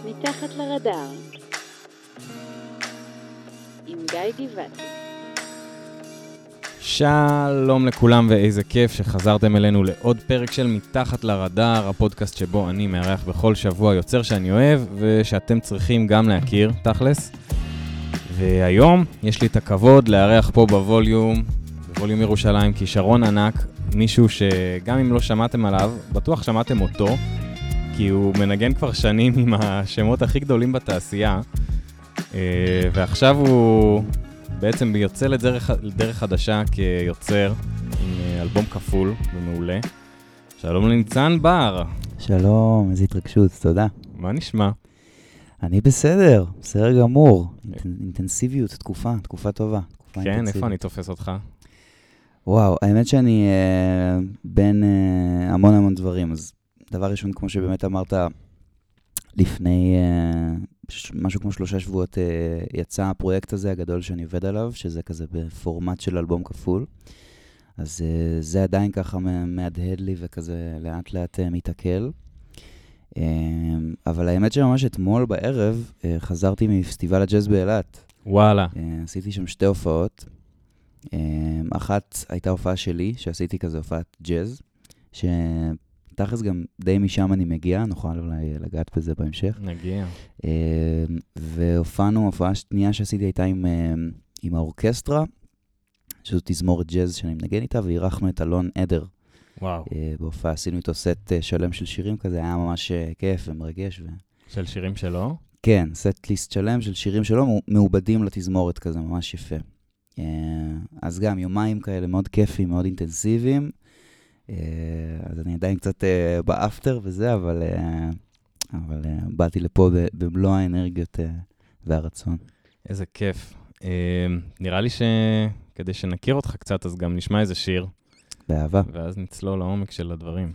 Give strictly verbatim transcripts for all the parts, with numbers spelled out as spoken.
מתחת לרדאר עם גיא גבעתי. שלום לכולם ואיזה כיף שחזרתם אלינו לעוד פרק של מתחת לרדאר, הפודקאסט שבו אני מארח בכל שבוע יוצר שאני אוהב ושאתם צריכים גם להכיר, תכלס. והיום יש לי את הכבוד לארח פה בווליום, בווליום ירושלים, כישרון ענק, מישהו שגם אם לא שמעתם עליו, בטוח שמעתם אותו, כי הוא מנגן כבר שנים עם השמות הכי גדולים בתעשייה, ועכשיו הוא בעצם יוצא לדרך, לדרך חדשה כיוצר עם אלבום כפול ומעולה. שלום לניצן בר. שלום, איזו התרגשות, תודה. מה נשמע? אני בסדר, בסדר גמור. אינטנסיביות, תקופה, תקופה טובה. תקופה כן, אינטנסיבית. איפה אני תופס אותך? וואו, האמת שאני אה, בין אה, המון המון דברים. אז דבר ראשון, כמו שבאמת אמרת, לפני אה, ש- משהו כמו שלושה שבועות אה, יצא הפרויקט הזה הגדול שאני עובד עליו, שזה כזה בפורמט של אלבום כפול. אז אה, זה עדיין ככה מ- מהדהד לי וכזה לאט לאט אה, מתעכל. אה, אבל האמת שממש אתמול בערב אה, חזרתי מפסטיבל הג'אז באילת. וואלה. אה, עשיתי שם שתי הופעות. אה, אחת הייתה הופעה שלי, שעשיתי כזה הופעת ג'אז, שתכלס גם די משם אני מגיע, נוכל אולי לגעת בזה בהמשך. נגיע. אה, והופענו, הופעה שנייה שעשיתי הייתה עם, אה, עם האורקסטרה, שזו תזמורת ג'אז שאני מנגן איתה, ואירחנו את אלון עדר. וואו. אה, בהופעה עשינו איתו סט אה, שלם של שירים כזה, היה ממש אה, כיף ומרגש. ו... של שירים שלו? כן, סט ליסט שלם של שירים שלו, מעובדים לתזמורת כזה, ממש יפה. Uh, אז גם יומיים כאלה מאוד כיפים, מאוד אינטנסיביים. Uh, אז אני עדיין קצת uh, באפטר וזה, אבל, uh, אבל uh, באתי לפה במלוא האנרגיות uh, והרצון. איזה כיף. אה, נראה לי שכדי שנכיר אותך קצת, אז גם נשמע איזה שיר, באהבה. ואז נצלול לעומק של הדברים.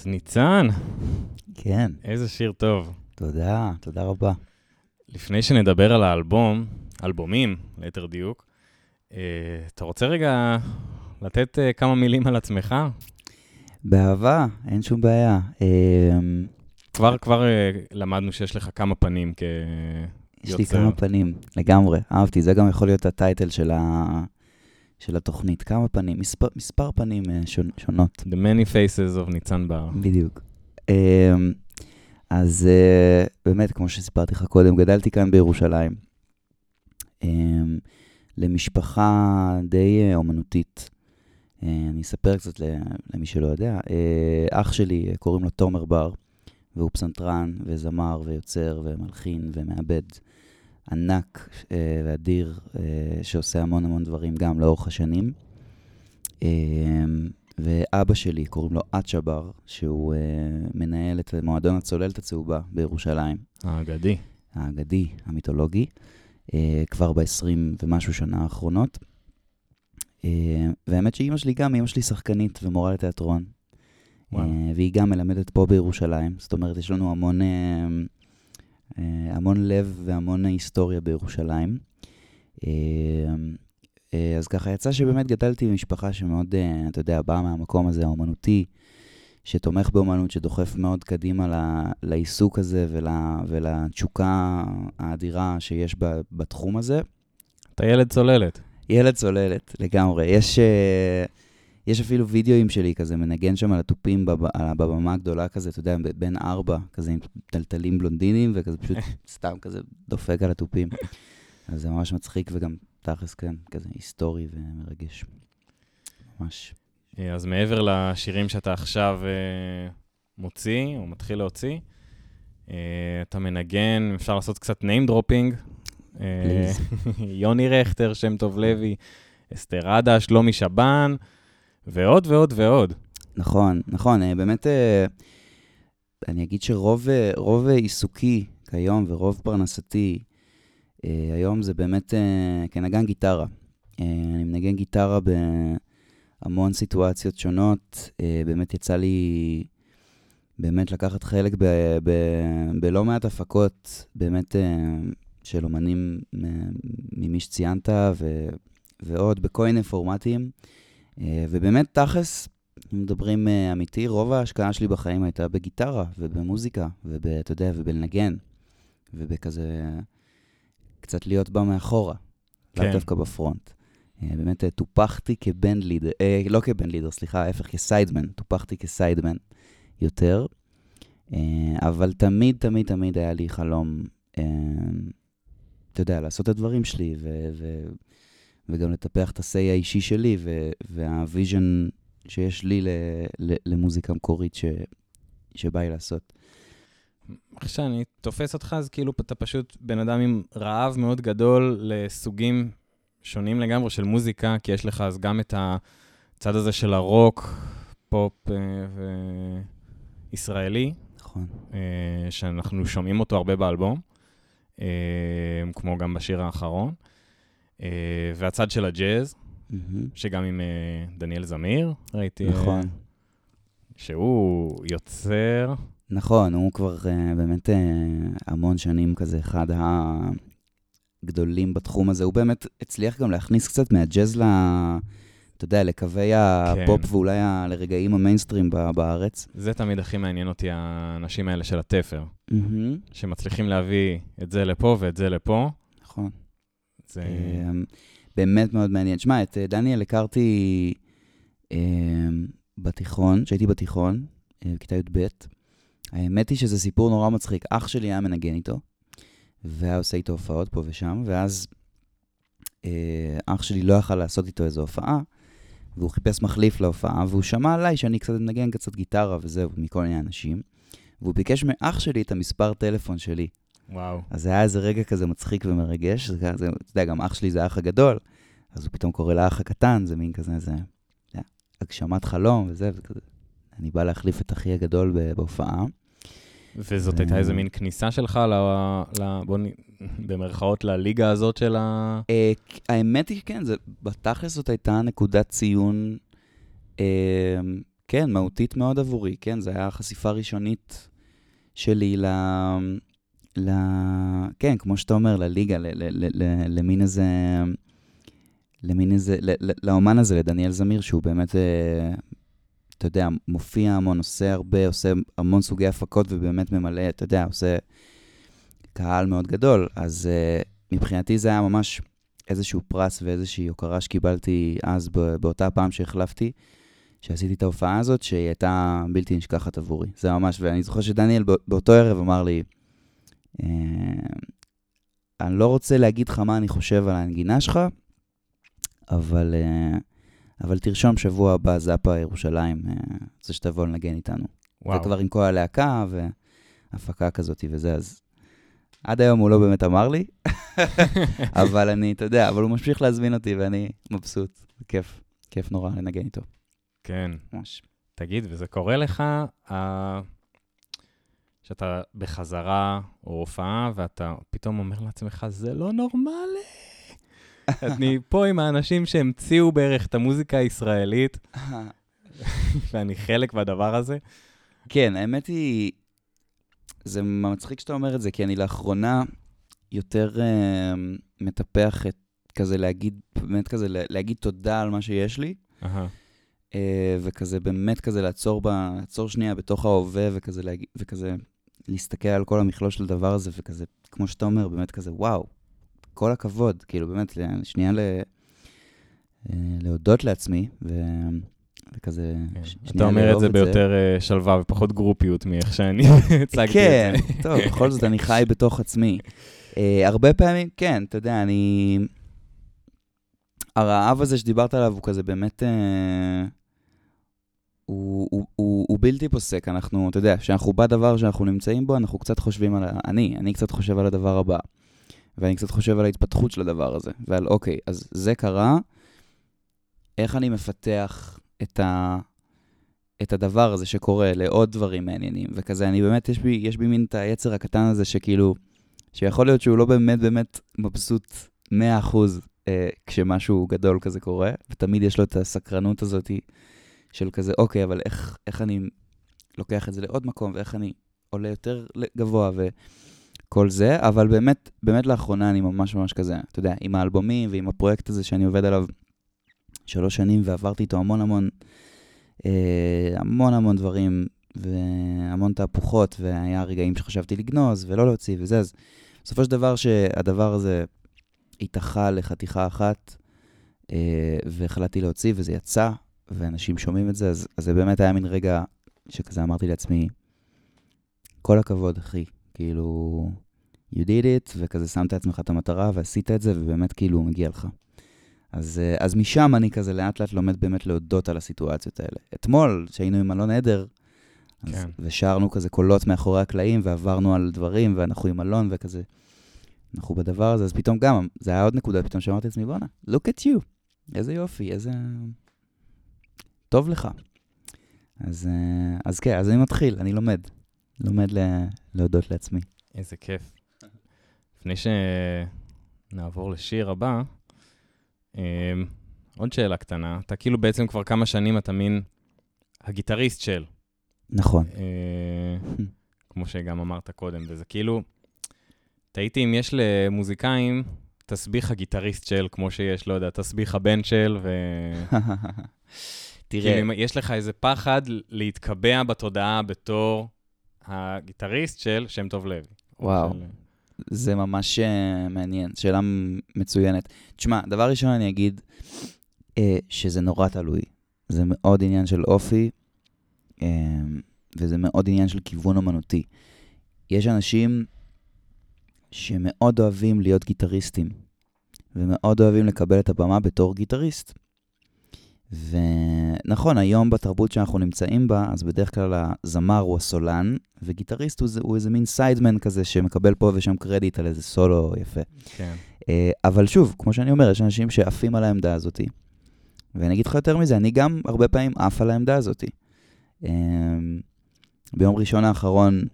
אז ניצן, כן, איזה שיר טוב. תודה, תודה רבה. לפני שנדבר על האלבום, אלבומים, ליתר דיוק, אה, אתה רוצה רגע לתת אה, כמה מילים על עצמך? באהבה, אין שום בעיה. אה, כבר, כבר אה, למדנו שיש לך כמה פנים כיוצר. יש לי כמה פנים, לגמרי, אהבתי, זה גם יכול להיות הטייטל של, ה... של התוכנית, כמה פנים, מספר, מספר פנים אה, שונ... שונות. The many faces of ניצן בר. בדיוק. אה, אז אה, באמת, כמו שסיפרתי לך קודם, גדלתי כאן בירושלים, אה, למשפחה די אה, אומנותית. אה, אני אספר קצת למי שלא יודע. אה, אח שלי, אה, קוראים לו תומר בר, והוא פסנתרן וזמר ויוצר ומלחין ומעבד ענק אה, ואדיר, אה, שעושה המון המון דברים גם לאורך השנים. אה, ואבא שלי, קוראים לו אצ'ה בר, שהוא אה, מנהל את מועדון הצוללת הצהובה בירושלים. האגדי. האגדי, המיתולוגי, אה, כבר ב-עשרים ומשהו שנה האחרונות. אה, והאמת שאימא שלי גם, אימא שלי שחקנית ומורה לתיאטרון. וואו. אה, והיא גם מלמדת פה בירושלים. זאת אומרת, יש לנו המון, אה, אה, המון לב והמון היסטוריה בירושלים. אה, אה, אז ככה יצא שבאמת גדלתי במשפחה שמאוד, אה, אתה יודע, באה מהמקום הזה האומנותי, שתומך באומנות, שדוחף מאוד קדימה ל- לעיסוק הזה ול, ולתשוקה האדירה שיש ב- בתחום הזה. אתה ילד צוללת. ילד צוללת, לגמרי. יש, uh, יש אפילו וידאוים שלי כזה, מנגן שם על הטופים בב, על בבמה הגדולה כזה, אתה יודע, בין ארבע, כזה עם טלטלים בלונדינים, וכזה פשוט סתם כזה דופק על הטופים. אז זה ממש מצחיק, וגם תכלס כן, כזה היסטורי ומרגש. ממש. אז מעבר לשירים שאתה עכשיו uh, מוציא, או מתחיל להוציא, uh, אתה מנגן, אפשר לעשות קצת name dropping. פליז. יוני רכטר, שם טוב לוי, אסתר עדה, שלומי שבן, ועוד ועוד ועוד. נכון, נכון, אה, באמת, אה, אני אגיד שרוב אה, רוב אה, עיסוקי כיום ורוב פרנסתי, אה, היום זה באמת אה, כנגן גיטרה. אה, אני מנגן גיטרה בהמון סיטואציות שונות, אה, באמת יצא לי באמת לקחת חלק ב, ב, בלא מעט הפקות, באמת אה, של אומנים ממי שציינת ו, ועוד בכל מיני פורמטים, אה, ובאמת תכלס, אם מדברים uh, אמיתי, רוב ההשקעה שלי בחיים הייתה בגיטרה ובמוזיקה, ואתה יודע, ובלנגן, ובכזה, קצת להיות בה מאחורה, כן. לא דווקא בפרונט. Uh, באמת, uh, טופחתי כבנד לידר, uh, לא כבנד לידר, סליחה, ההפך, כסיידמן, טופחתי כסיידמן יותר, uh, אבל תמיד, תמיד, תמיד היה לי חלום, uh, אתה יודע, לעשות את הדברים שלי, ו- ו- וגם לטפח את הסי האישי שלי, ו- והוויז'ן, שיש לי ל, ל, למוזיקה מקורית ש, שבא לי לעשות. עכשיו אני תופס אותך, אז כאילו אתה פשוט בן אדם עם רעב מאוד גדול לסוגים שונים לגמרי של מוזיקה, כי יש לך אז גם את הצד הזה של הרוק, פופ אה, וישראלי, נכון. אה, שאנחנו שומעים אותו הרבה באלבום, אה, כמו גם בשיר האחרון, אה, והצד של הג'אז, שגם עם uh, דניאל זמיר, ראיתי, נכון. uh, שהוא יוצר. נכון, הוא כבר uh, באמת uh, המון שנים כזה, אחד הגדולים בתחום הזה. הוא באמת הצליח גם להכניס קצת מהג'אז ל... אתה יודע, לקווי הפופ כן. ואולי ה... לרגעים המיינסטרים בארץ. זה תמיד הכי מעניין אותי, האנשים האלה של התפר, mm-hmm. שמצליחים להביא את זה לפה ואת זה לפה. נכון. זה... Um, באמת מאוד מעניין. שמע, את דניאל הכרתי אה, בתיכון, שהייתי בתיכון, אה, בכיתה י' ב'. האמת היא שזה סיפור נורא מצחיק. אח שלי היה מנגן איתו, והיה עושה איתו הופעות פה ושם, ואז אה, אח שלי לא יכל לעשות איתו איזו הופעה, והוא חיפש מחליף להופעה, והוא שמע עליי שאני קצת מנגן קצת גיטרה וזהו, מכל מיני אנשים, והוא ביקש מאח שלי את המספר טלפון שלי. וואו. אז היה איזה רגע כזה מצחיק ומרגש, זה, זה, אתה יודע, גם אח שלי זה האח הגדול, אז הוא פתאום קורא לאח הקטן, זה מין כזה, זה, זה הגשמת חלום וזה, וכזה. אני בא להחליף את אחי הגדול בהופעה. וזאת הייתה איזה מין כניסה שלך, ל, ל, בוא נ... במרכאות, לליגה הזאת של ה... האמת היא, כן, זה, בתכלס זאת הייתה נקודת ציון, כן, מהותית מאוד עבורי, כן, זה היה חשיפה ראשונית שלי ל... ל... כן, כמו שאתה אומר, לליגה, ל... ל... ל... ל... למין איזה... למין איזה... ל... ל... לאומן הזה, לדניאל זמיר, שהוא באמת, אתה יודע, מופיע המון, עושה הרבה, עושה המון סוגי הפקות, ובאמת ממלא, אתה יודע, עושה קהל מאוד גדול, אז מבחינתי זה היה ממש איזשהו פרס ואיזושהי הוקרה שקיבלתי אז באותה פעם שהחלפתי, שעשיתי את ההופעה הזאת, שהיא הייתה בלתי נשכחת עבורי. זה ממש, ואני זוכר שדניאל באותו ערב אמר לי, אני לא רוצה להגיד לך מה אני חושב על הנגינה שלך, אבל, אבל תרשום שבוע הבא זאפה ירושלים, זה שתבוא לנגן איתנו. וואו. זה כבר עם כל הלהקה והפקה כזאת וזה, אז עד היום הוא לא באמת אמר לי, אבל אני, אתה יודע, אבל הוא ממשיך להזמין אותי ואני מבסוט, כיף, כיף נורא לנגן איתו. כן. ממש. תגיד, וזה קורה לך אה, שאתה בחזרה או הופעה, ואתה פתאום אומר לעצמך, זה לא נורמלי. אני פה עם האנשים שהמציאו בערך את המוזיקה הישראלית, ואני חלק בדבר הזה. כן, האמת היא, זה מצחיק שאתה אומר את זה, כי אני לאחרונה יותר uh, מטפח את כזה להגיד, באמת כזה להגיד תודה על מה שיש לי, uh-huh. uh, וכזה באמת כזה לעצור, ב, לעצור שנייה בתוך ההווה, וכזה, להגיד, וכזה להסתכל על כל המכלול של הדבר הזה, וכזה, כמו שאתה אומר, באמת כזה, וואו, כל הכבוד, כאילו באמת, שנייה ל, uh, להודות לעצמי, ו... וכזה... אתה אומר את זה ביותר שלווה ופחות גרופיות מאיך שאני הצגתי את זה. כן, טוב, בכל זאת אני חי בתוך עצמי. הרבה פעמים, כן, אתה יודע, אני... הרעב הזה שדיברת עליו הוא כזה באמת... הוא בלתי פוסק, אנחנו, אתה יודע, כשאנחנו בדבר שאנחנו נמצאים בו, אנחנו קצת חושבים על... אני, אני קצת חושב על הדבר הבא, ואני קצת חושב על ההתפתחות של הדבר הזה, ועל, אוקיי, אז זה קרה, איך אני מפתח... את ה את הדבר הזה שקורה לעוד דברים מעניינים, וכזה אני באמת, יש בי, יש בי מין את היצר הקטן הזה שכאילו, שיכול להיות שהוא לא באמת באמת מבסוט מאה אחוז אה, כשמשהו גדול כזה קורה, ותמיד יש לו את הסקרנות הזאת של כזה, אוקיי, אבל איך, איך אני לוקח את זה לעוד מקום, ואיך אני עולה יותר גבוה וכל זה, אבל באמת, באמת לאחרונה אני ממש ממש כזה, אתה יודע, עם האלבומים ועם הפרויקט הזה שאני עובד עליו, שלוש שנים, ועברתי איתו המון המון, אה, המון המון דברים, והמון תהפוכות, והיה רגעים שחשבתי לגנוז, ולא להוציא, וזה, אז בסופו של דבר שהדבר הזה התאחה לחתיכה אחת, אה, והחלטתי להוציא, וזה יצא, ואנשים שומעים את זה, אז, אז זה באמת היה מין רגע, שכזה אמרתי לעצמי, כל הכבוד, אחי, כאילו, you did it, וכזה שמת עצמך את המטרה, ועשית את זה, ובאמת כאילו מגיע לך. אז, אז משם אני כזה לאט לאט לומד באמת להודות על הסיטואציות האלה. אתמול, שהיינו עם אלון עדר, אז, כן. ושרנו כזה קולות מאחורי הקלעים, ועברנו על דברים, ואנחנו עם אלון, וכזה, אנחנו בדבר הזה, אז פתאום גם, זה היה עוד נקודה, פתאום שאמרתי לעצמי, בוא'נה, look at you, איזה יופי, איזה... טוב לך. אז, אז כן, אז אני מתחיל, אני לומד, לומד לה, להודות לעצמי. איזה כיף. לפני שנעבור לשיר הבא, Um, עוד שאלה קטנה, אתה כאילו בעצם כבר כמה שנים אתה מין הגיטריסט של. נכון. Uh, כמו שגם אמרת קודם, וזה כאילו, תהיתי אם יש למוזיקאים תסביך הגיטריסט של, כמו שיש, לא יודע, תסביך הבן של, ו... תראה. כאילו, יש לך איזה פחד להתקבע בתודעה בתור הגיטריסט של שם טוב לוי. וואו. של... זה ממש uh, מעניין, שאלה מצוינת. תשמע, דבר ראשון אני אגיד uh, שזה נורא תלוי. זה מאוד עניין של אופי, uh, וזה מאוד עניין של כיוון אומנותי. יש אנשים שמאוד אוהבים להיות גיטריסטים, ומאוד אוהבים לקבל את הבמה בתור גיטריסט. ונכון, היום בתרבות שאנחנו נמצאים בה, אז בדרך כלל הזמר הוא הסולן, וגיטריסט הוא, הוא איזה מין סיידמן כזה שמקבל פה ושם קרדיט על איזה סולו יפה. כן. אבל שוב, כמו שאני אומר, יש אנשים שעפים על העמדה הזאת, ואני אגיד לך יותר מזה, אני גם הרבה פעמים עף על העמדה הזאת. ביום ראשון האחרון,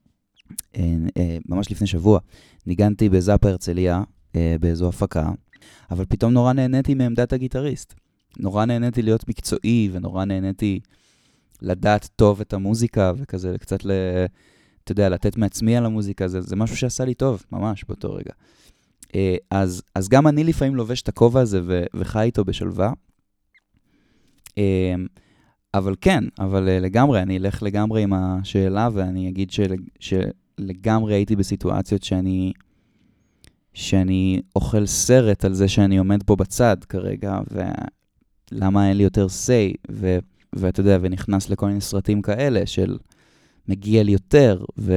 ממש לפני שבוע, ניגנתי בזאפה הרצליה, באיזו הפקה, אבל פתאום נורא נהניתי מעמדת הגיטריסט. נורא נהניתי להיות מקצועי, ונורא נהניתי לדעת טוב את המוזיקה, וכזה קצת, ל, אתה יודע, לתת מעצמי על המוזיקה, זה, זה משהו שעשה לי טוב, ממש, באותו רגע. אז, אז גם אני לפעמים לובש את הכובע הזה, ו, וחי איתו בשלווה. אבל כן, אבל לגמרי, אני אלך לגמרי עם השאלה, ואני אגיד של, שלגמרי הייתי בסיטואציות שאני, שאני אוכל סרט על זה שאני עומד פה בצד כרגע, ולמה אין לי יותר say, ו, ואתה יודע, ונכנס לכל מיני סרטים כאלה של מגיע לי יותר, ו...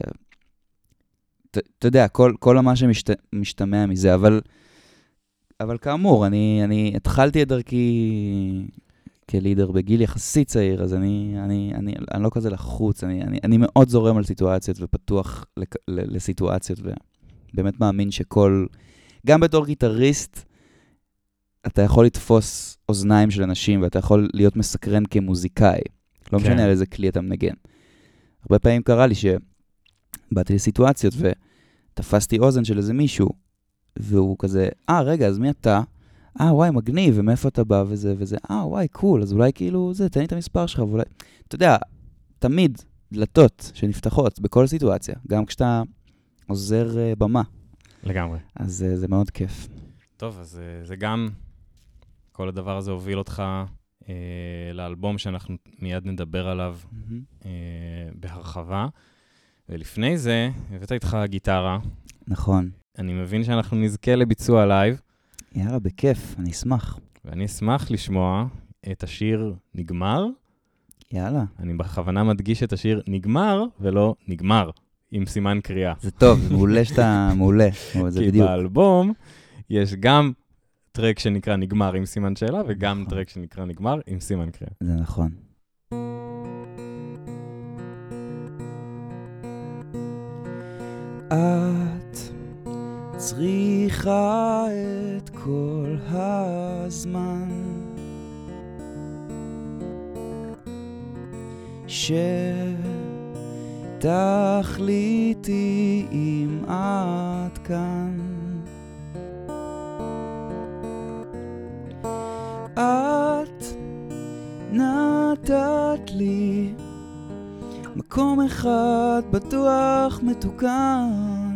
אתה יודע, כל, כל מה שמשתמע מזה, אבל, אבל כאמור, אני, אני התחלתי את דרכי כלידר בגיל יחסית צעיר, אז אני, אני, אני, אני לא כזה לחוץ, אני, אני, אני מאוד זורם על סיטואציות ופתוח לק, ל, לסיטואציות, ובאמת מאמין שכל, גם בתור גיטריסט, אתה יכול לתפוס אוזניים של אנשים, ואתה יכול להיות מסקרן כמוזיקאי. לא כן. משנה על איזה כלי אתה מנגן. הרבה פעמים קרה לי שבאתי לסיטואציות, ותפסתי אוזן של איזה מישהו, והוא כזה, אה, רגע, אז מי אתה? אה, וואי, מגניב, ומאיפה אתה בא וזה וזה? אה, וואי, קול, אז אולי כאילו זה, תן לי את המספר שלך, ואולי... אתה יודע, תמיד דלתות שנפתחות בכל סיטואציה, גם כשאתה עוזר uh, במה. לגמרי. אז uh, זה מאוד כיף. טוב, אז uh, זה גם, כל הדבר הזה הוביל אותך uh, לאלבום שאנחנו מיד נדבר עליו mm-hmm. uh, בהרחבה. ולפני זה, הבאת איתך גיטרה. נכון. אני מבין שאנחנו נזכה לביצוע לייב. יאללה, בכיף, אני אשמח. ואני אשמח לשמוע את השיר נגמר. יאללה. אני בכוונה מדגיש את השיר נגמר, ולא נגמר, עם סימן קריאה. זה טוב, זה מעולה שאתה מעולה. זה כי בדיוק. באלבום יש גם טרק שנקרא נגמר עם סימן שאלה, וגם נכון. טרק שנקרא נגמר עם סימן קריאה. זה נכון. את צריכה את כל הזמן שתחליטי אם את כאן. את נתת לי מקום אחד בטוח מתוקן,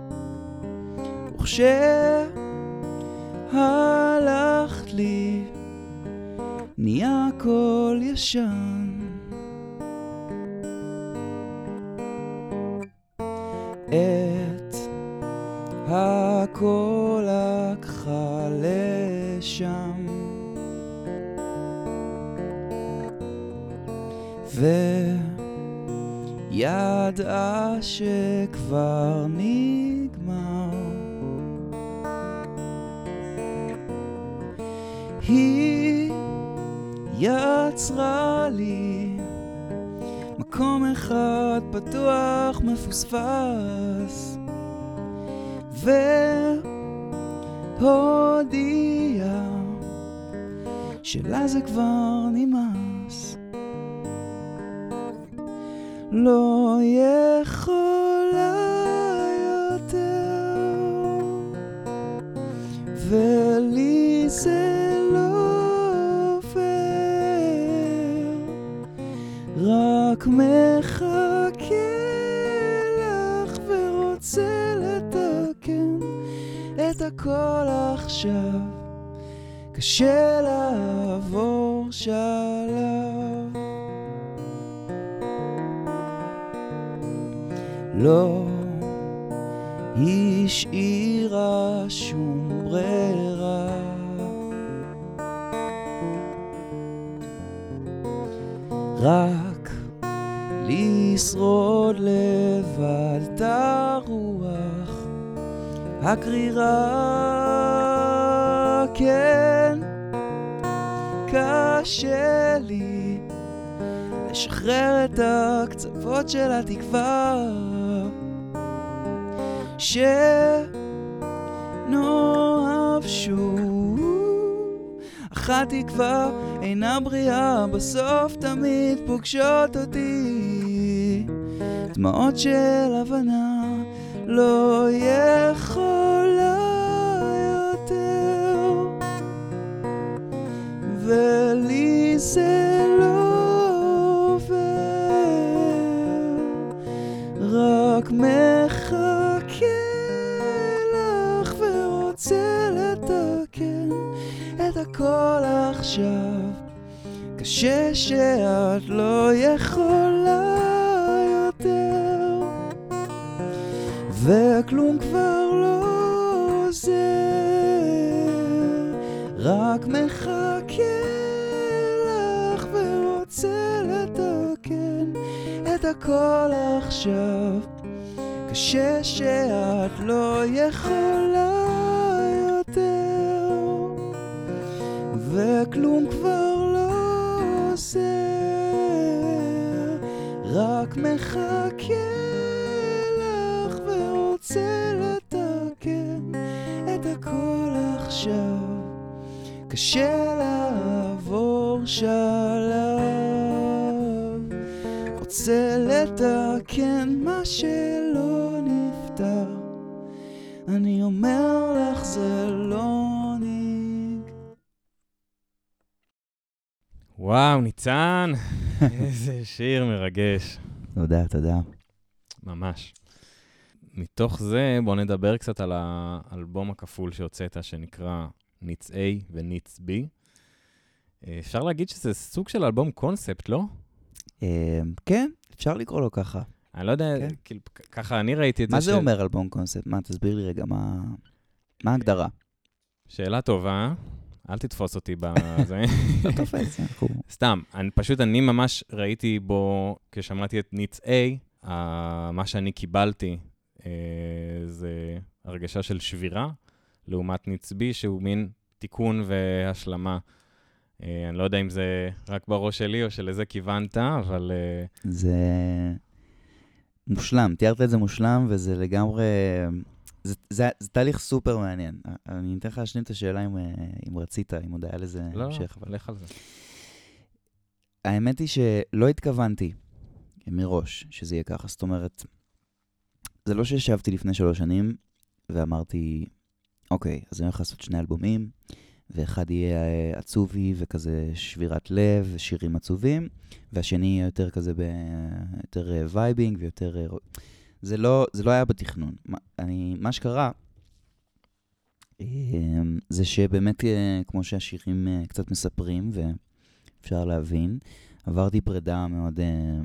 וכשהלכת לי נהיה הכל ישן. את הכל לקחה לשם, וידעה שכבר נגמר. היא יצרה לי מקום אחד פתוח מפוספס, והודיעה שלה זה כבר נמאס. לא יכולה יותר, ולי זה לא פייר, רק מחכה לך ורוצה לתקן את הכל עכשיו. קשה לעבור שלב, לא השאירה שום ברירה, רק לשרוד לבד את הרוח הקרירה. כן, קשה לי לשחרר את הקצוות של התקווה שנאהב שוב. אחת תקווה אינה בריאה, בסוף תמיד פוגשות אותי דמעות של הבנה. לא יכולה יותר, ולי זה לא הכל עכשיו, קשה שאת לא יכולה יותר, וכלום כבר לא עוזר, רק מחכה לך ורוצה לתקן את הכל עכשיו, קשה שאת לא יכולה יותר, וכלום כבר לא עוזר, רק מחכה לך ורוצה לתקן את הכל עכשיו, קשה לעבור שלב, רוצה לתקן מה שלא נפתר, אני אומר לך זה לא ניג. וואו, ניצן, איזה שיר מרגש. תודה, תודה. ממש. מתוך זה בוא נדבר קצת על האלבום הכפול שהוצאת, שנקרא ניץ A וניץ B. אפשר להגיד שזה סוג של אלבום קונספט, לא? כן, אפשר לקרוא לו ככה. אני לא יודע, כאילו, ככה אני ראיתי את זה. מה זה אומר אלבום קונספט? מה, תסביר לי רגע, מה ההגדרה? שאלה טובה, אל תתפוס אותי בזה. לא תופס, אנחנו... סתם, פשוט אני ממש ראיתי בו, כששמעתי את ניץ A, מה שאני קיבלתי זה הרגשה של שבירה, לעומת ניץ B, שהוא מין תיקון והשלמה. אני לא יודע אם זה רק בראש שלי או שלזה כיוונת, אבל... זה מושלם, תיארת את זה מושלם, וזה לגמרי... זה, זה, זה תהליך סופר מעניין. אני אתן לך להשלים את השאלה אם, אם רצית, אם עוד היה לזה לא, המשך. לא, לך על זה. האמת היא שלא התכוונתי מראש שזה יהיה ככה. זאת אומרת, זה לא שישבתי לפני שלוש שנים ואמרתי, אוקיי, אז אני הולך לעשות שני אלבומים, ואחד יהיה עצובי וכזה שבירת לב, שירים עצובים, והשני יהיה יותר כזה, ב... יותר וייבינג ויותר... זה לא, זה לא היה בתכנון. אני, מה שקרה, זה שבאמת, כמו שהשירים קצת מספרים, ואפשר להבין, עברתי פרידה מאוד,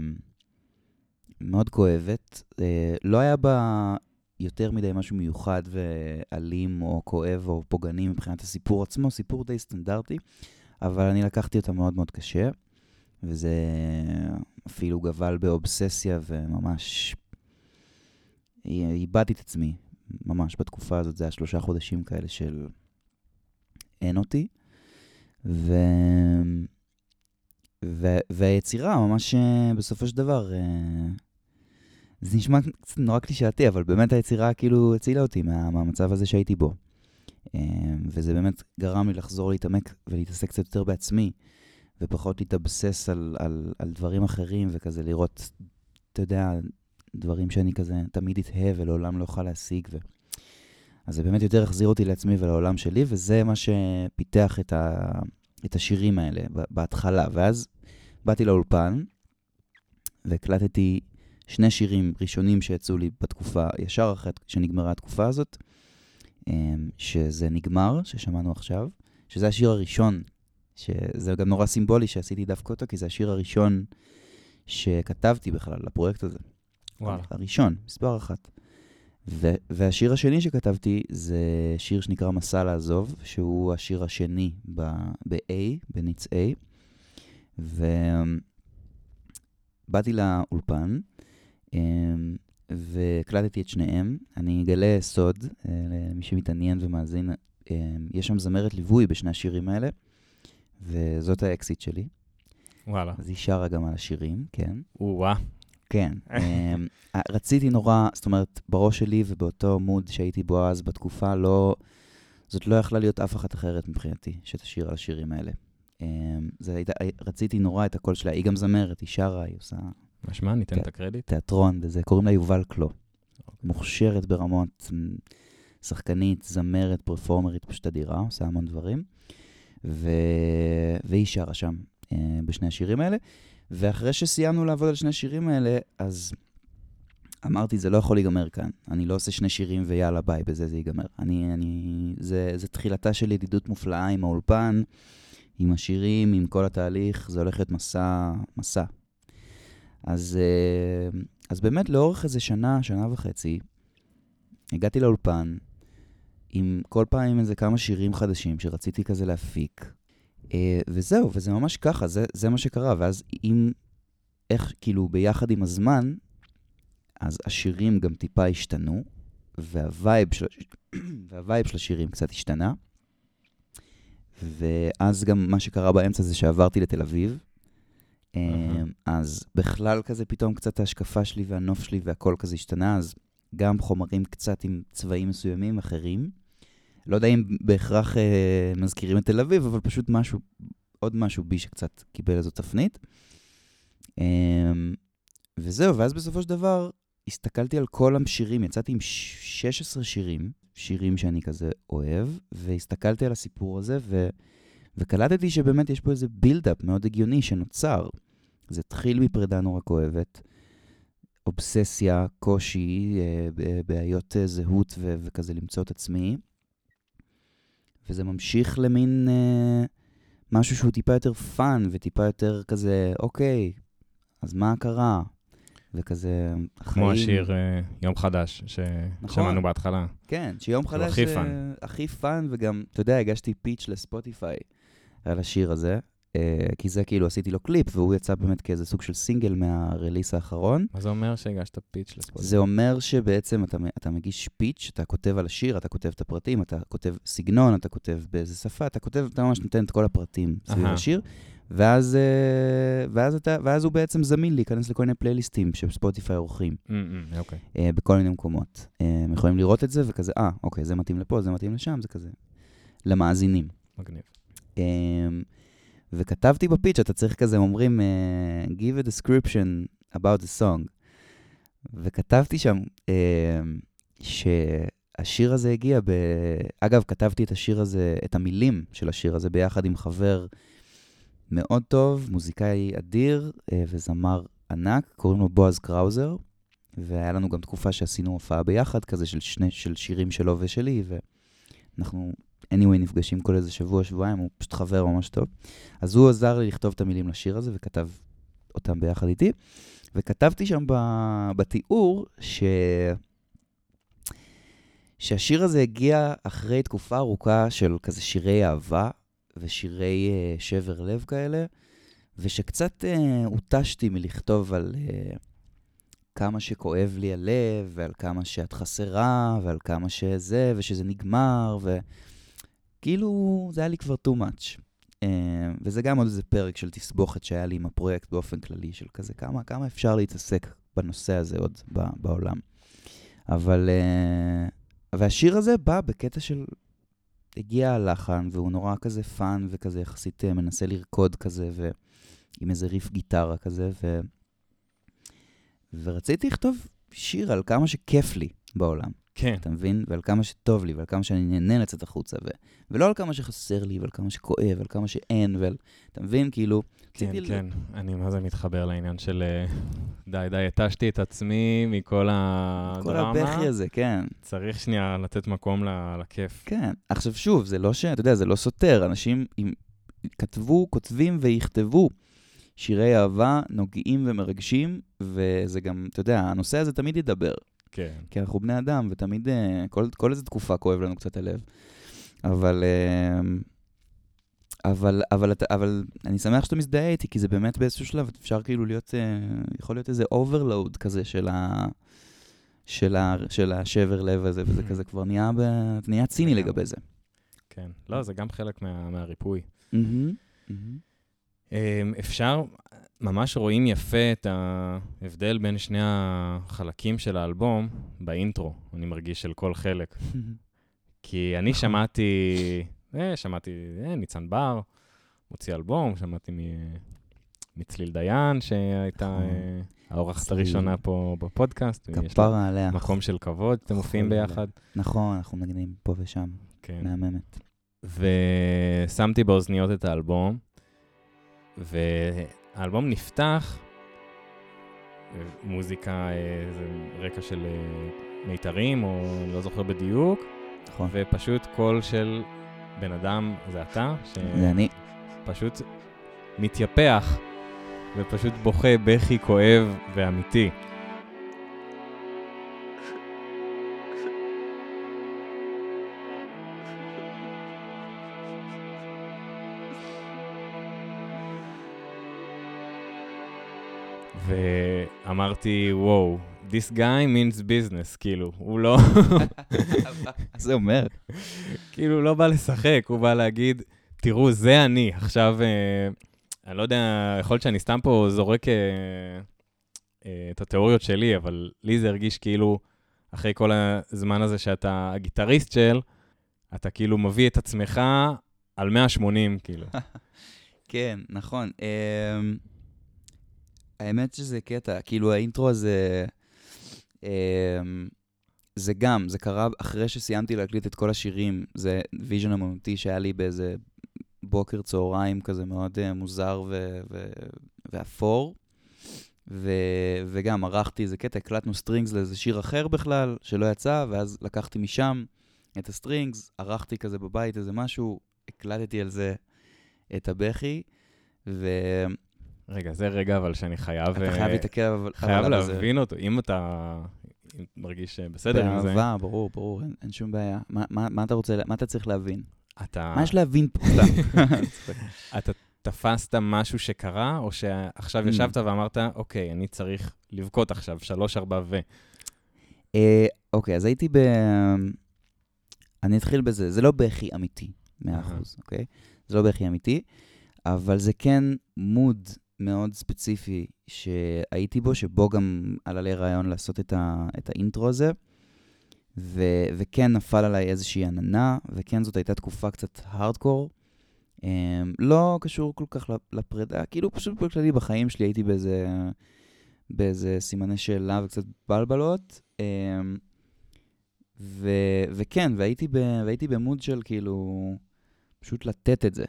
מאוד כואבת. לא היה בה יותר מדי משהו מיוחד ואלים או כואב או פוגעני מבחינת הסיפור עצמו, סיפור די סטנדרטי, אבל אני לקחתי אותה מאוד מאוד קשה, וזה אפילו גבל באובססיה וממש... איבדתי את עצמי, ממש בתקופה הזאת, זה היה שלושה חודשים כאלה של אין אותי, ו... ו... והיצירה ממש בסופו של דבר, זה נשמע קצת נורא קלישאתי, אבל באמת היצירה כאילו הצילה אותי מה... מהמצב הזה שהייתי בו, וזה באמת גרם לי לחזור להתעמק ולהתעסק קצת יותר בעצמי, ופחות להתאבסס על, על, על דברים אחרים, וכזה לראות, אתה יודע, דברים שאני כזה תמיד אתהה ולעולם לא אוכל להשיג. ו... אז זה באמת יותר החזיר אותי לעצמי ולעולם שלי, וזה מה שפיתח את, ה... את השירים האלה בהתחלה. ואז באתי לאולפן, והקלטתי שני שירים ראשונים שיצאו לי בתקופה, ישר אחרי שנגמרה התקופה הזאת, שזה נגמר, ששמענו עכשיו, שזה השיר הראשון, שזה גם נורא סימבולי שעשיתי דווקא אותו, כי זה השיר הראשון שכתבתי בכלל לפרויקט הזה. וואלה. הראשון, מספר אחת. ו- והשיר השני שכתבתי זה שיר שנקרא מסע לעזוב, שהוא השיר השני ב-A, בניץ A. ובאתי לאולפן, והקלטתי את שניהם. אני אגלה סוד, למי שמתעניין ומאזין, יש שם זמרת ליווי בשני השירים האלה, וזאת האקסיט שלי. וואלה. אז היא שרה גם על השירים, כן. וואה. כן. רציתי נורא, זאת אומרת, בראש שלי ובאותו מוד שהייתי בו אז בתקופה, לא, זאת לא יכלה להיות אף אחת אחרת מבחינתי, שתשיר על השירים האלה. זה, רציתי נורא את הקול שלה, היא גם זמרת, היא שרה, היא עושה... משמע, ניתן את הקרדיט. תיאטרון, וזה, קוראים לה יובל קלו. מוכשרת ברמות, שחקנית, זמרת, פרפורמרית, פשוט אדירה, עושה המון דברים. והיא שרה שם בשני השירים האלה. ואחרי שסיימנו לעבוד על שני השירים האלה, אז אמרתי, זה לא יכול להיגמר כאן. אני לא עושה שני שירים ויאללה ביי, בזה זה ייגמר. אני, אני, זה, זה תחילתה של ידידות מופלאה עם האולפן, עם השירים, עם כל התהליך, זה הולך להיות מסע, מסע. אז, אז באמת לאורך איזה שנה, שנה וחצי, הגעתי לאולפן, עם כל פעם עם איזה כמה שירים חדשים שרציתי כזה להפיק. וזהו, וזה ממש ככה, זה, זה מה שקרה. ואז אם, איך, כאילו, ביחד עם הזמן, אז השירים גם טיפה השתנו, והווייב של, והווייב של השירים קצת השתנה. ואז גם מה שקרה באמצע זה שעברתי לתל אביב. Uh-huh. אז בכלל כזה פתאום קצת ההשקפה שלי והנוף שלי והכל כזה השתנה, אז גם חומרים קצת עם צבעים מסוימים אחרים. לא יודע אם בהכרח uh, מזכירים את תל אביב, אבל פשוט משהו, עוד משהו בי שקצת קיבל איזו תפנית. Um, וזהו, ואז בסופו של דבר הסתכלתי על כל השירים, יצאתי עם שש עשרה שירים, שירים שאני כזה אוהב, והסתכלתי על הסיפור הזה, ו... וקלטתי שבאמת יש פה איזה בילדאפ מאוד הגיוני שנוצר. זה התחיל מפרידה נורא כואבת, אובססיה, קושי, בעיות זהות ו... וכזה למצוא את עצמי, וזה ממשיך למין אה, משהו שהוא טיפה יותר פאן, וטיפה יותר כזה, אוקיי, אז מה קרה? וכזה החיים... כמו השיר uh, יום חדש, ששמענו נכון. בהתחלה. כן, שיום חדש הכי פאן. הכי פאן, וגם, אתה יודע, הגשתי פיץ' לספוטיפיי על השיר הזה, uh, כי זה כאילו עשיתי לו קליפ, והוא יצא באמת כאיזה סוג של סינגל מהרליס האחרון. מה זה אומר שהגשת פיץ' לספוטיפיי? זה אומר שבעצם אתה, אתה מגיש פיץ', אתה כותב על השיר, אתה כותב את הפרטים, אתה כותב סגנון, אתה כותב באיזה שפה, אתה כותב, אתה ממש נותן את כל הפרטים סביב השיר. ואז, ואז, אתה, ואז הוא בעצם זמין להיכנס לכל מיני פלייליסטים שספוטיפיי עורכים. Mm-hmm, okay. בכל מיני מקומות. הם יכולים לראות את זה וכזה, אה, אוקיי, זה מתאים לפה, זה מתאים לשם, זה כזה. למאזינים. מגניב. וכתבתי בפיץ', אתה צריך כזה, אומרים, give a description about the song. וכתבתי שם שהשיר הזה הגיע ב... אגב, כתבתי את השיר הזה, את המילים של השיר הזה ביחד עם חבר מאוד טוב, מוזיקאי אדיר וזמר ענק, קוראים לו בועז קראוזר, והיה לנו גם תקופה שעשינו הופעה ביחד, כזה של שני, של שירים שלו ושלי, ואנחנו, anyway, נפגשים כל איזה שבוע, שבועיים, הוא פשוט חבר ממש טוב. אז הוא עזר לי לכתוב את המילים לשיר הזה, וכתב אותם ביחד איתי, וכתבתי שם בתיאור, ש... שהשיר הזה הגיע אחרי תקופה ארוכה של כזה שירי אהבה, ושירי uh, שבר לב כאלה, ושקצת uh, הוטשתי מלכתוב על uh, כמה שכואב לי הלב, ועל כמה שאת חסרה, ועל כמה שזה, ושזה נגמר, וכאילו זה היה לי כבר too much. Uh, וזה גם עוד איזה פרק של תסבוכת שהיה לי עם הפרויקט באופן כללי, של כזה כמה, כמה אפשר להתעסק בנושא הזה עוד ב- בעולם. אבל, uh, והשיר הזה בא בקטע של... הגיע הלחן, והוא נורא כזה פאן, וכזה יחסית מנסה לרקוד כזה, ועם איזה ריף גיטרה כזה, ו... ורציתי לכתוב שיר על כמה שכיף לי בעולם. כן. אתה מבין? ועל כמה שטוב לי, ועל כמה שאני נהנה לצאת החוצה, ו... ולא על כמה שחסר לי, ועל כמה שכואב, ועל כמה שאין, ועל... אתה מבין? כאילו... כן, כן. ל... אני מה זה מתחבר לעניין של... די, די, התשתי את עצמי מכל הדרמה. כל הבכי הזה, כן. צריך שנייה לתת מקום לכיף. כן. עכשיו שוב, זה לא ש... אתה יודע, זה לא סותר. אנשים עם... כתבו, כותבים ויכתבו שירי אהבה נוגעים ומרגשים, וזה גם, אתה יודע, הנושא הזה תמיד ידבר. כן. כי אנחנו בני אדם, ותמיד, כל, כל איזו תקופה כואב לנו קצת הלב. אבל... אבל, אבל, אבל אני שמח שאתה מזדהה איתי, כי זה באמת באיזשהו שלב, אפשר כאילו להיות, יכול להיות איזה overload כזה של ה... של, ה, של השבר לב הזה, וזה כזה כבר נהיה, ב, נהיה ציני לגבי זה. כן. לא, זה גם חלק מה, מהריפוי. Mm-hmm. Mm-hmm. אפשר, ממש רואים יפה את ההבדל בין שני החלקים של האלבום באינטרו, אני מרגיש של כל חלק. כי אני שמעתי... אה, שמעתי, אה, ניצן בר, מוציא אלבום, שמעתי מצליל דיין, שהייתה אה, האורחת הראשונה פה בפודקאסט. כפרה עליה. מקום של כבוד, אתם מופיעים ביחד. נכון, אנחנו מנגנים פה ושם. כן. מהממת. ושמתי באוזניות את האלבום, והאלבום נפתח, מוזיקה, זה רקע של מיתרים, או לא זוכר בדיוק. נכון. ופשוט קול של בן אדם, זה אתה, זה אני. שפשוט מתייפח, ופשוט בוכה בכי כואב ואמיתי. ואמרתי, וואו, this guy means business, כאילו, הוא לא... זה אומר. כאילו, הוא לא בא לשחק, הוא בא להגיד, תראו, זה אני. עכשיו, אה, אני לא יודע, יכול להיות שאני סתם פה זורק אה, אה, את התיאוריות שלי, אבל לי זה הרגיש כאילו, אחרי כל הזמן הזה שאתה הגיטריסט של, אתה כאילו מביא את עצמך על מאה ושמונים, כאילו. כן, נכון. האמת שזה קטע, כאילו האינטרו הזה, זה גם, זה קרה אחרי שסיימתי להקליט את כל השירים, זה ויז'ן אמנותי שהיה לי באיזה בוקר צהריים כזה מאוד מוזר ו- ו- ואפור, ו- וגם ערכתי איזה קטע, הקלטנו סטרינגס לאיזה שיר אחר בכלל, שלא יצא, ואז לקחתי משם את הסטרינגס, ערכתי כזה בבית איזה משהו, הקלטתי על זה את הבכי, ו... רגע, זה רגע אבל שאני חייב... אתה חייב להתעכב, אבל... חייב להבין אותו, אם אתה מרגיש בסדר עם זה. באהבה, ברור, ברור, אין, אין שום בעיה. מה, מה, מה אתה רוצה, מה אתה צריך להבין? אתה... מה יש להבין פה? אתה תפסת משהו שקרה, או שעכשיו ישבת ואמרת, אוקיי, אני צריך לבכות עכשיו, שלוש, ארבע ו... אוקיי, אז הייתי ב... אני אתחיל בזה, זה לא בכי אמיתי, מאה אחוז, אוקיי? זה לא בכי אמיתי, אבל זה כן מוד מאוד ספציפי שהייתי בו, שבו גם עלה לי רעיון לעשות את, ה, את האינטרו הזה, ו, וכן נפל עליי איזושהי עננה, וכן זאת הייתה תקופה קצת הארדקור, um, לא קשור כל כך לפרידה, כאילו פשוט בכללי בחיים שלי הייתי באיזה, באיזה סימני שאלה וקצת בלבלות, um, ו, וכן, והייתי, ב, והייתי במוד של כאילו פשוט לתת את זה.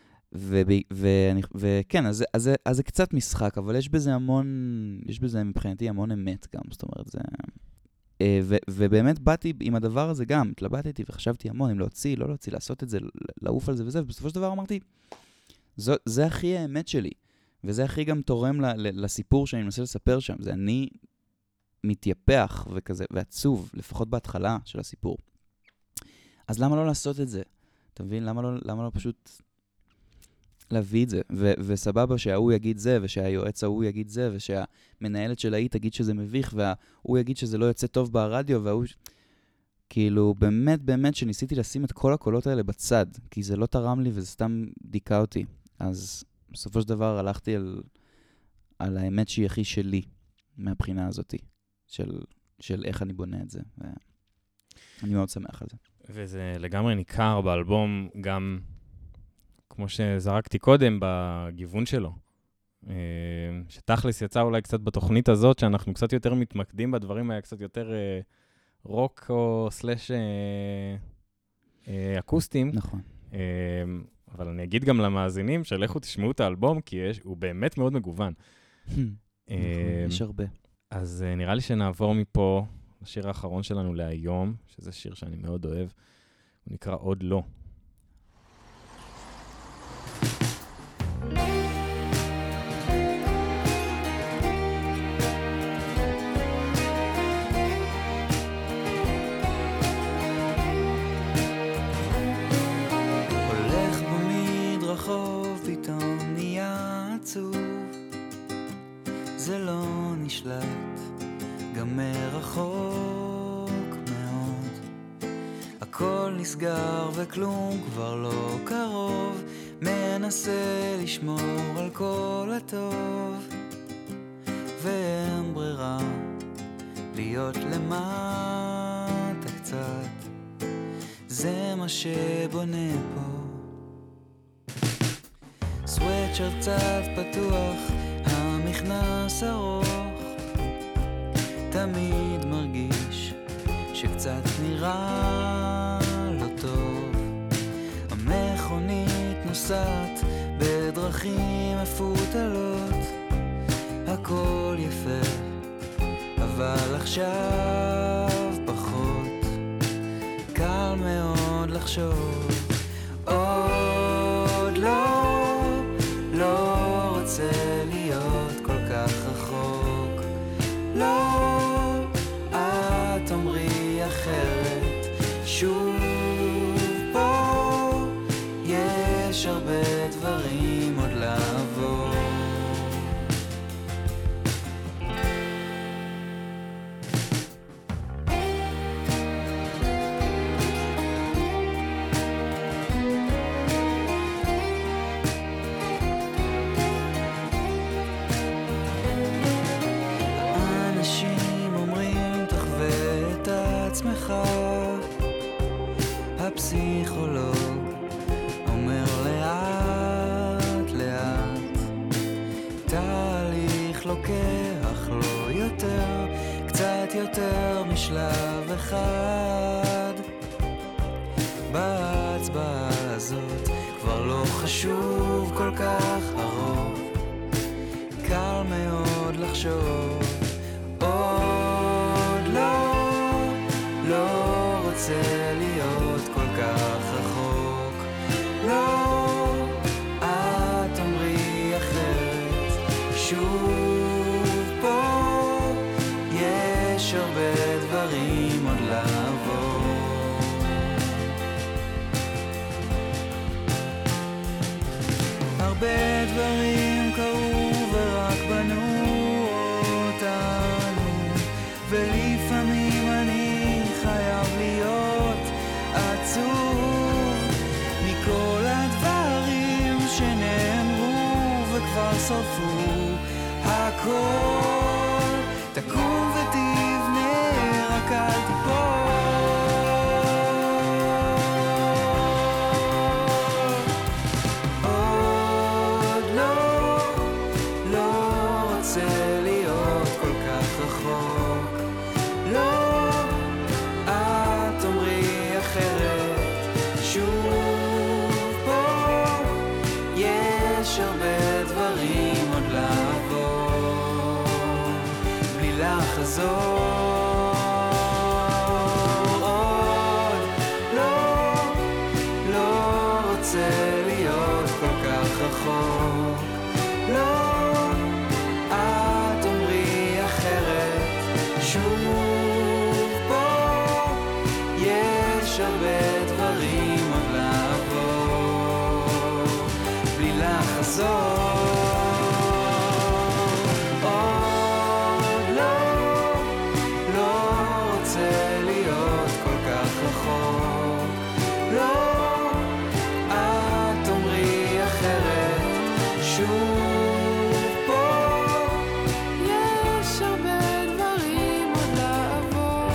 וכן, אז, אז, אז זה קצת משחק, אבל יש בזה המון, יש בזה מבחינתי המון אמת גם, זאת אומרת, זה... ו, ובאמת באתי עם הדבר הזה גם, התלבטתי וחשבתי המון אם להוציא, לא להוציא, לעשות את זה, לעוף על זה וזה, ובסופו של דבר אמרתי, זו, זה הכי האמת שלי, וזה הכי גם תורם ל, ל, לסיפור שאני מנסה לספר שם, זה אני מתייפח וכזה, ועצוב, לפחות בהתחלה של הסיפור. אז למה לא לעשות את זה? אתה מבין? למה לא, למה לא פשוט... להביא את זה, ו- וסבבה שההוא יגיד זה, ושהיועץ ההוא יגיד זה, ושהמנהלת של ההיא תגיד שזה מביך, והוא יגיד שזה לא יוצא טוב ברדיו, והוא... כאילו, באמת, באמת שניסיתי לשים את כל הקולות האלה בצד, כי זה לא תרם לי וזה סתם דיכה אותי. אז בסופו של דבר הלכתי על, על האמת שהיא הכי שלי, מהבחינה הזאת, של, של איך אני בונה את זה. ואני מאוד שמח על זה. וזה לגמרי ניכר באלבום גם... כמו שזרקתי קודם, בגיוון שלו. שתכלס יצא אולי קצת בתוכנית הזאת, שאנחנו קצת יותר מתמקדים בדברים האלה, קצת יותר רוק או סלש אקוסטים. נכון. אבל אני אגיד גם למאזינים, שלכו תשמעו את האלבום, כי הוא באמת מאוד מגוון. יש הרבה. אז נראה לי שנעבור מפה לשיר האחרון שלנו להיום, שזה שיר שאני מאוד אוהב. הוא נקרא עוד לא. זה לא נשלט, גם מרחוק מאוד. הכל נסגר וכלום כבר לא קרוב, מנסה לשמור על כל הטוב, ואין ברירה להיות למטה קצת, זה מה שבונה פה. סוויצ'ר קצת פתוח, המכנס ארוך, תמיד מרגיש שקצת נראה לא טוב. המכונית נוסעת בדרכים מפותלות, הכל יפה אבל עכשיו פחות קל מאוד לחשוב. עוד לא, לא רוצה להיות כל כך רחוק. לא, את אומרי אחרת, שוב פה יש הרבה דברים עוד לעבור. הפסיכולוג אומר לאט לאט, תהליך לוקח לו יותר, קצת יותר משלב אחד. בהצבעה הזאת כבר לא חשוב כל כך הרוב, קל מאוד לחשוב. עוד לא, לא רוצה להיות כל כך רחוק. לא, את אומרי אחרת, שוב פה יש הרבה דברים עוד לעבור. הרבה דברים קרו ורק בנו אותנו, ולפעמים אני חייב להיות עצוב מכל הדברים שנאמרו וכבר שרפו הכל. תקום ותבנה, רק אל תיפול. עוד לא, לא רוצה להיות כל כך רחוק. לא, את אומרי אחרת, שוב פה יש הרבה דברים עוד לעבור, בלי לחזור. עוד לא, לא רוצה להיות כל כך רחוק. לא, את אומרי אחרת, שוב פה יש הרבה דברים עוד לעבור, בלי לחזור. עוד לא, לא רוצה להיות כל כך רחוק. לא, את אומרי אחרת, שוב פה יש הרבה דברים עוד לעבור.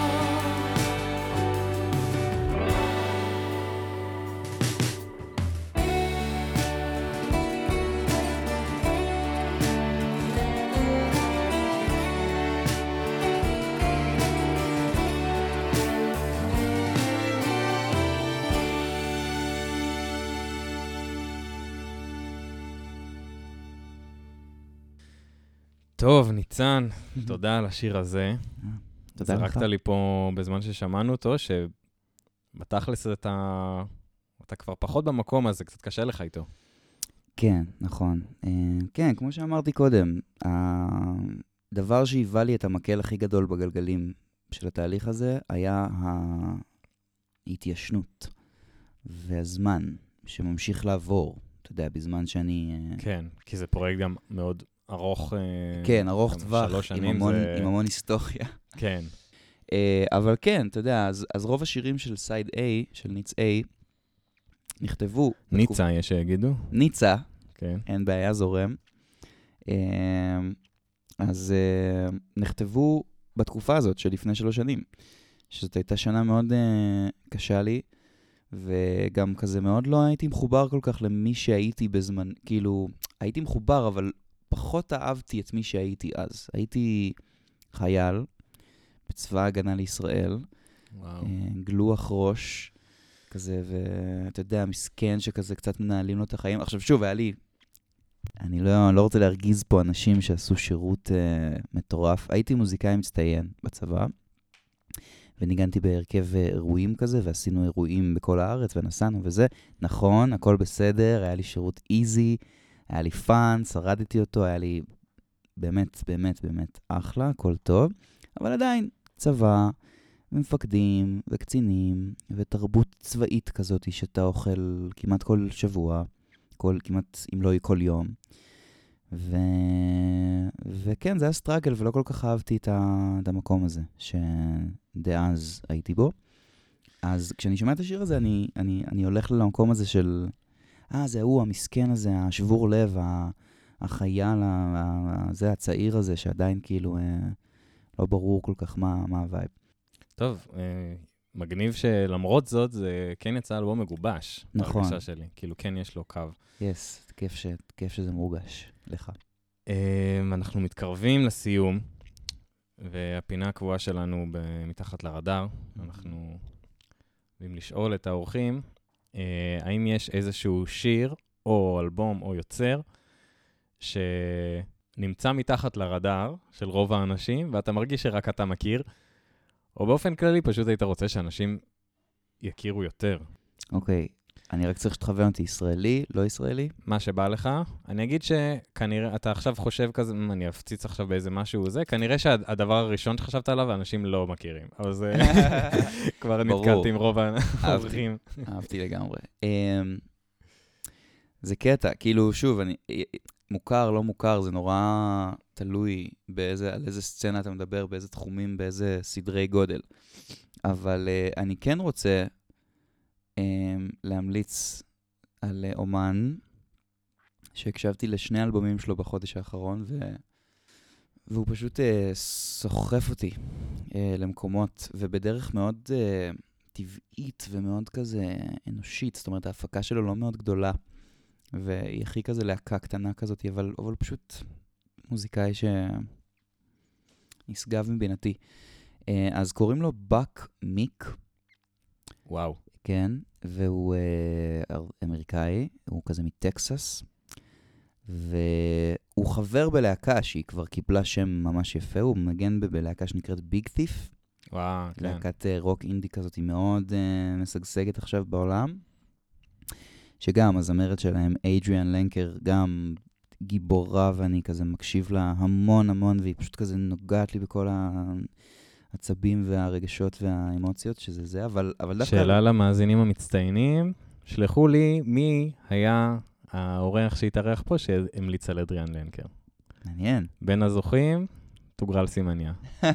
טוב, ניצן, תודה על השיר הזה. תודה לך. זרקת לי פה בזמן ששמענו אותו, שבתכלס אתה, אתה כבר פחות במקום, אז זה קצת קשה לך איתו. כן, נכון. אה, כן, כמו שאמרתי קודם, הדבר שהיווה לי את המקל הכי גדול בגלגלים של התהליך הזה, היה ההתיישנות והזמן שממשיך לעבור, אתה יודע, בזמן שאני... אה, כן, כי זה פרויקט גם מאוד ארוך. כן, ארוך גם טווח, שלוש עם שנים המון, זה... עם המון היסטוריה. כן. אה, אבל כן, אתה יודע, אז, אז רוב השירים של סייד A, של ניץ A, נכתבו... ניצה, יש שיגידו. ניצה, כן. אין בעיה, זורם. אה, אז אה, נכתבו בתקופה הזאת של לפני שלוש שנים, שזאת הייתה שנה מאוד אה, קשה לי, וגם כזה מאוד לא הייתי מחובר כל כך למי שהייתי בזמן, כאילו, הייתי מחובר, אבל פחות אהבתי את מי שהייתי אז. הייתי חייל בצבא ההגנה לישראל, וואו. גלוח ראש, כזה, ואתה יודע, מסכן שכזה קצת מנהלים לו את החיים. עכשיו שוב, היה לי אני לא, לא רוצה להרגיז פה אנשים שעשו שירות uh, מטורף. הייתי מוזיקאי מצטיין בצבא, וניגנתי בהרכב אירועים כזה, ועשינו אירועים בכל הארץ, ונסענו וזה. נכון, הכל בסדר, היה לי שירות איזי, היה לי פאן, שרדתי אותו, היה לי באמת, באמת, באמת אחלה, הכל טוב. אבל עדיין, צבא, ומפקדים, וקצינים, ותרבות צבאית כזאת, שאתה אוכל כמעט כל שבוע, כל, כמעט, אם לא כל יום. ו... וכן, זה היה סטראגל, ולא כל כך אהבתי את, ה... את המקום הזה, שדאז הייתי בו. אז כשאני שומע את השיר הזה, אני, אני, אני הולך למקום הזה של, אה, זה הוא, המסכן הזה, השבור לב, החייל, זה הצעיר הזה, שעדיין כאילו אה, לא ברור כל כך מה, מה הווייב. טוב, אה, מגניב שלמרות זאת, זה כן יצא אלבום מגובש. נכון. בהרגשה שלי, כאילו כן יש לו קו. יס, כיף, ש... כיף שזה מורגש לך. אה, אנחנו מתקרבים לסיום, והפינה הקבועה שלנו מתחת לרדאר, אנחנו רוצים לשאול את האורחים, אה, האם יש איזשהו שיר או אלבום או יוצר, שנמצא מתחת לרדאר של רוב האנשים, ואתה מרגיש שרק אתה מכיר, או באופן כללי פשוט היית רוצה שאנשים יכירו יותר. אוקיי, אני רק צריך שתכוון אותי, ישראלי, לא ישראלי? מה שבא לך. אני אגיד שכנראה, אתה עכשיו חושב כזה, אני אפציץ עכשיו באיזה משהו זה, כנראה שהדבר הראשון שחשבת עליו, אנשים לא מכירים. אבל זה כבר נתקלתי עם רוב האורחים. אהבתי לגמרי. זה קטע, כאילו, שוב, אני... מוכר, לא מוכר, זה נורא תלוי באיזה, על איזה סצנה אתה מדבר, באיזה תחומים, באיזה סדרי גודל. אבל uh, אני כן רוצה um, להמליץ על uh, אומן, שהקשבתי לשני אלבומים שלו בחודש האחרון, ו... והוא פשוט uh, סוחף אותי uh, למקומות, ובדרך מאוד uh, טבעית ומאוד כזה אנושית, זאת אומרת, ההפקה שלו לא מאוד גדולה. והיא הכי כזה להקה קטנה כזאת, אבל, אבל פשוט מוזיקאי שנשגב מבינתי. אז קוראים לו בק מיק. וואו. כן, והוא אה, אמריקאי, הוא כזה מטקסס, והוא חבר בלהקה שהיא כבר קיבלה שם ממש יפה, הוא מנגן בלהקה שנקראת ביג תיף. וואו, כן. להקת אה, רוק אינדי כזאת, היא מאוד אה, משגשגת עכשיו בעולם. שגם הזמרת שלהם, אדריאן לנקר, גם גיבורה, ואני כזה מקשיב לה המון המון, והיא פשוט כזה נוגעת לי בכל העצבים והרגשות והאמוציות, שזה זה, אבל, אבל דווקא... שאלה למאזינים המצטיינים, שלחו לי מי היה האורח שהתארח פה, שהמליץ על אדריאן לנקר. מעניין. בין הזוכים, תוגרל סימניה.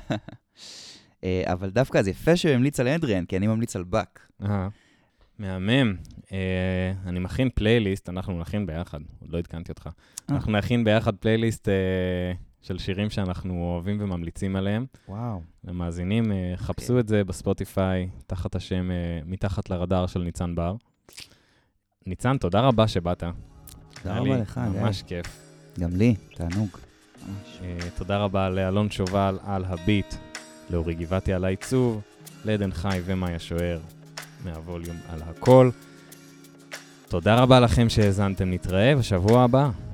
אבל דווקא זה יפה שהוא המליץ על אדריאן, כי אני ממליץ על בק. אהה. מהמם. אה, אני מכין פלייליסט, אנחנו נכין ביחד, עוד לא התקנתי אותך. אנחנו נכין ביחד פלייליסט אה, של שירים שאנחנו אוהבים וממליצים עליהם. וואו. למאזינים, אה, חפשו את זה בספוטיפיי, תחת השם, אה, מתחת לרדאר של ניצן בר. ניצן, תודה רבה שבאת. תודה רבה לך, גיא. ממש כיף. גם לי, תענוג. אה, תודה רבה לאלון שובל על הביט, לאורי גבעתי על העיצוב, לעדן חי ומאיה שוער. מהווליום על הכל. תודה רבה לכם שהזנתם, נתראה בשבוע הבא.